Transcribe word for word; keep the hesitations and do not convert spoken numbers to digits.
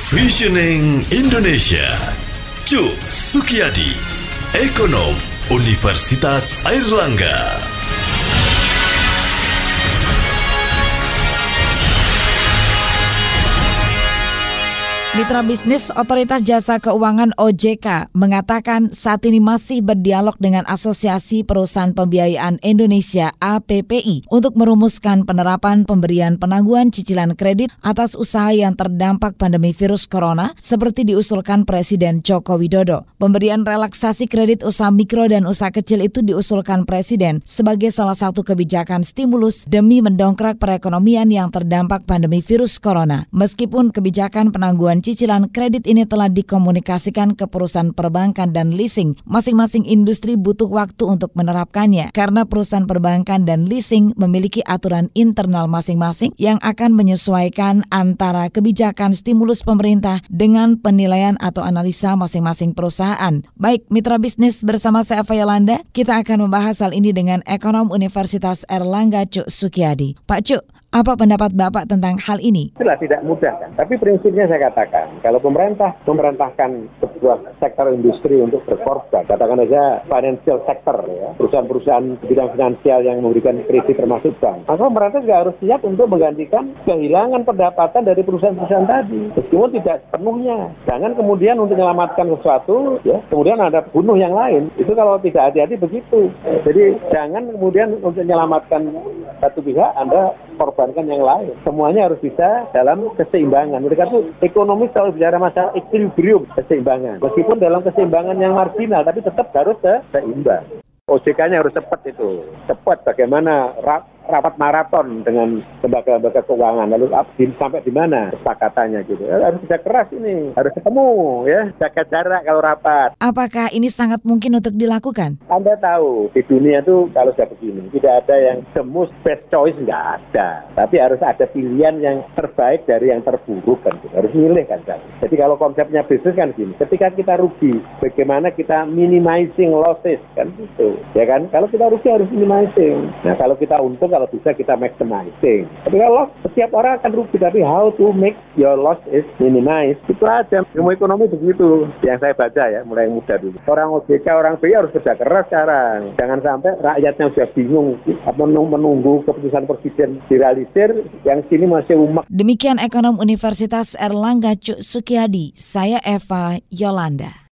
Visioning Indonesia, Cuk Sukiyadi, Ekonom Universitas Airlangga. Mitra bisnis Otoritas Jasa Keuangan O J K mengatakan saat ini masih berdialog dengan Asosiasi Perusahaan Pembiayaan Indonesia A P P I untuk merumuskan penerapan pemberian penangguhan cicilan kredit atas usaha yang terdampak pandemi virus corona seperti diusulkan Presiden Joko Widodo. Pemberian relaksasi kredit usaha mikro dan usaha kecil itu diusulkan Presiden sebagai salah satu kebijakan stimulus demi mendongkrak perekonomian yang terdampak pandemi virus corona. Meskipun kebijakan penangguhan cicilan kredit ini telah dikomunikasikan ke perusahaan perbankan dan leasing, masing-masing industri butuh waktu untuk menerapkannya karena perusahaan perbankan dan leasing memiliki aturan internal masing-masing yang akan menyesuaikan antara kebijakan stimulus pemerintah dengan penilaian atau analisa masing-masing perusahaan. Baik, mitra bisnis, bersama saya Eva Yolanda, kita akan membahas hal ini dengan Ekonom Universitas Airlangga Cuk Sukiyadi. Pak Cuk, apa pendapat Bapak tentang hal ini? Itulah tidak mudah kan, tapi prinsipnya saya katakan, kalau pemerintah memerintahkan sebuah sektor industri untuk berkorban, katakan saja financial sector, ya, perusahaan-perusahaan bidang finansial yang memberikan kredit termasuk bank, maka pemerintah juga harus siap untuk menggantikan kehilangan pendapatan dari perusahaan-perusahaan tadi, meskipun tidak sepenuhnya. Jangan kemudian untuk menyelamatkan sesuatu, ya, kemudian ada bunuh yang lain. Itu kalau tidak hati-hati begitu. Jadi jangan kemudian untuk menyelamatkan satu pihak, Anda korbankan yang lain. Semuanya harus bisa dalam keseimbangan. Mereka itu ekonomi selalu bicara masalah equilibrium, keseimbangan. Meskipun dalam keseimbangan yang marginal, tapi tetap harus seimbang. O J K-nya harus cepat itu. Cepat bagaimana rapat maraton dengan lembaga-lembaga keuangan, lalu sampai di mana kesepakatannya gitu. Harus bisa keras ini, harus ketemu ya, jaga jarak kalau rapat. Apakah ini sangat mungkin untuk dilakukan? Anda tahu di dunia itu kalau sudah begini, tidak ada yang the most best choice, nggak ada. Tapi harus ada pilihan yang terbaik dari yang terburuk kan, gitu. Harus milih kan. Jadi kalau konsepnya bisnis kan gini, ketika kita rugi, bagaimana kita minimizing losses kan gitu, ya kan? Kalau kita rugi harus minimizing. Nah kalau kita untung, kalau bisa kita maximizing. Tapi kalau setiap orang akan rugi, tapi how to make your loss is minimized. Itu aja. Ilmu ekonomi begitu. Yang saya baca ya, mulai muda dulu. Orang O J K, orang B I harus kerja keras sekarang. Jangan sampai rakyatnya sudah bingung menunggu keputusan presiden direalisir, yang sini masih umak. Demikian Ekonom Universitas Airlangga Cuk Sukiyadi. Saya Eva Yolanda.